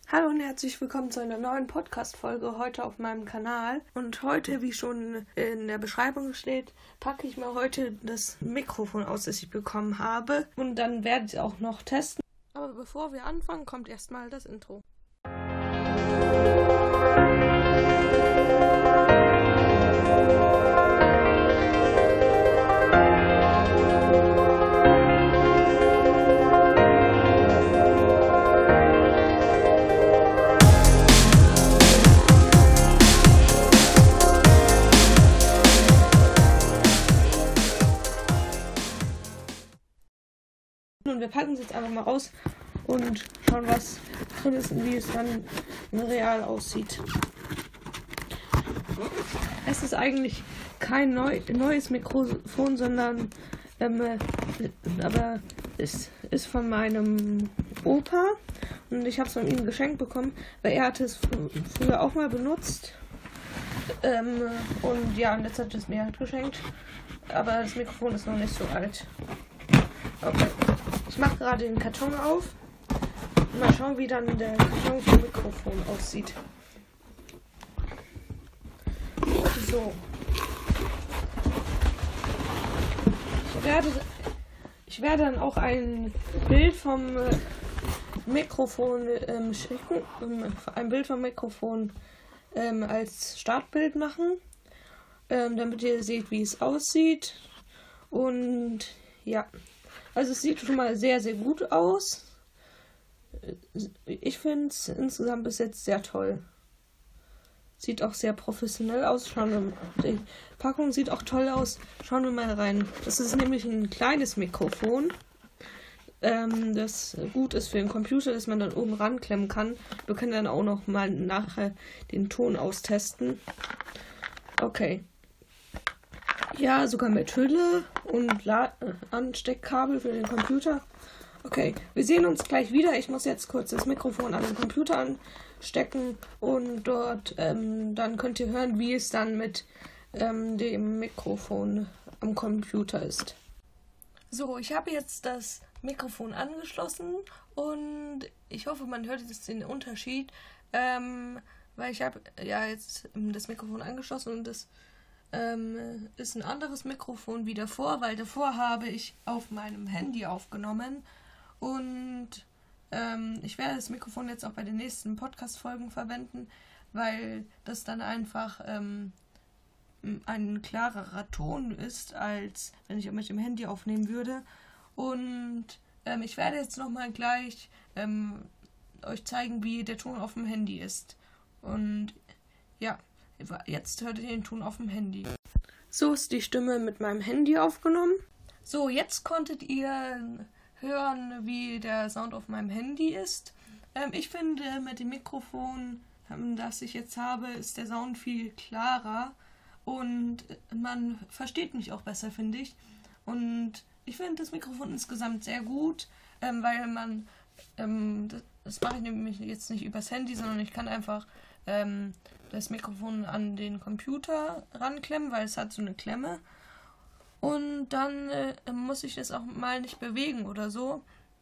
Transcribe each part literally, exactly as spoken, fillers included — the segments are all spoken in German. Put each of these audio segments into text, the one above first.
Hallo und herzlich willkommen zu einer neuen Podcast-Folge heute auf meinem Kanal. Und heute, wie schon in der Beschreibung steht, packe ich mir heute das Mikrofon aus, das ich bekommen habe. Und dann werde ich es auch noch testen. Aber bevor wir anfangen, kommt erstmal das Intro. Und wir packen es jetzt einfach mal raus und schauen, was drin ist und wie es dann in real aussieht. Es ist eigentlich kein neu, neues Mikrofon, sondern ähm, aber es ist von meinem Opa und ich habe es von ihm geschenkt bekommen, weil er hatte es fr- früher auch mal benutzt. Ähm, und ja, und jetzt hat es mir halt geschenkt. Aber das Mikrofon ist noch nicht so alt. Okay. Ich mache gerade den Karton auf. Mal schauen, wie dann der Karton vom Mikrofon aussieht. So. Ich werde, ich werde dann auch ein Bild vom äh, Mikrofon ähm, schicken. Ähm, ein Bild vom Mikrofon ähm, als Startbild machen. Ähm, damit ihr seht, wie es aussieht. Und ja. Also es sieht schon mal sehr, sehr gut aus. Ich finde es insgesamt bis jetzt sehr toll. Sieht auch sehr professionell aus. Schauen wir mal. Die Packung sieht auch toll aus. Schauen wir mal rein. Das ist nämlich ein kleines Mikrofon, ähm, das gut ist für den Computer, das man dann oben ranklemmen kann. Wir können dann auch noch mal nachher den Ton austesten. Okay. Ja, sogar mit Hülle und La- äh, Ansteckkabel für den Computer. Okay, wir sehen uns gleich wieder. Ich muss jetzt kurz das Mikrofon an den Computer anstecken und dort, ähm, dann könnt ihr hören, wie es dann mit ähm, dem Mikrofon am Computer ist. So, ich habe jetzt das Mikrofon angeschlossen und ich hoffe, man hört jetzt den Unterschied, ähm, weil ich habe ja jetzt das Mikrofon angeschlossen und das Ähm, ist ein anderes Mikrofon wie davor, weil davor habe ich auf meinem Handy aufgenommen und ähm, ich werde das Mikrofon jetzt auch bei den nächsten Podcast-Folgen verwenden, weil das dann einfach ähm, ein klarerer Ton ist, als wenn ich mit dem Handy aufnehmen würde. Und ähm, ich werde jetzt nochmal gleich ähm, euch zeigen, wie der Ton auf dem Handy ist. Und ja, jetzt hört ihr den Ton auf dem Handy. So ist die Stimme mit meinem Handy aufgenommen. So, jetzt konntet ihr hören, wie der Sound auf meinem Handy ist. Ähm, ich finde, mit dem Mikrofon, ähm, das ich jetzt habe, ist der Sound viel klarer und man versteht mich auch besser, finde ich. Und ich finde das Mikrofon insgesamt sehr gut, ähm, weil man, ähm, das, das mache ich nämlich jetzt nicht übers Handy, sondern ich kann einfach ähm, das Mikrofon an den Computer ranklemmen, weil es hat so eine Klemme. Und dann äh, muss ich es auch mal nicht bewegen oder so.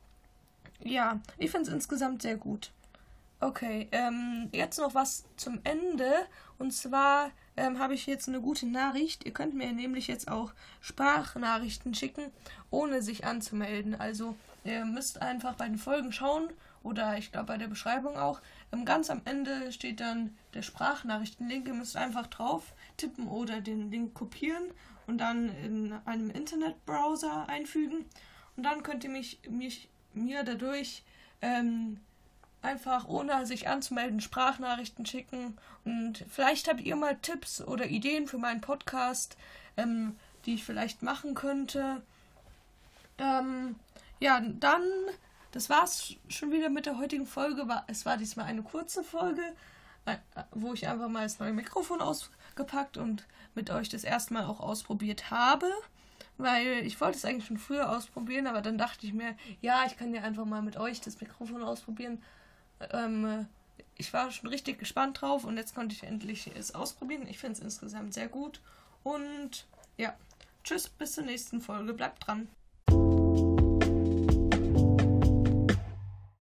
Ja, ich finde es insgesamt sehr gut. Okay, ähm, jetzt noch was zum Ende. Und zwar ähm, habe ich jetzt eine gute Nachricht. Ihr könnt mir nämlich jetzt auch Sprachnachrichten schicken, ohne sich anzumelden. Also ihr müsst einfach bei den Folgen schauen oder ich glaube bei der Beschreibung auch. Ähm, ganz am Ende steht dann der Sprachnachrichtenlink. Ihr müsst einfach drauf tippen oder den Link kopieren und dann in einem Internetbrowser einfügen. Und dann könnt ihr mich, mich mir dadurch ähm, einfach ohne sich anzumelden Sprachnachrichten schicken. Und vielleicht habt ihr mal Tipps oder Ideen für meinen Podcast, ähm, die ich vielleicht machen könnte. Ähm, ja, dann, das war's schon wieder mit der heutigen Folge. Es war diesmal eine kurze Folge, wo ich einfach mal das neue Mikrofon ausgepackt und mit euch das erste Mal auch ausprobiert habe. Weil ich wollte es eigentlich schon früher ausprobieren, aber dann dachte ich mir, ja, ich kann ja einfach mal mit euch das Mikrofon ausprobieren. Ähm, ich war schon richtig gespannt drauf und jetzt konnte ich endlich es ausprobieren. Ich finde es insgesamt sehr gut. Und ja, tschüss, bis zur nächsten Folge. Bleibt dran.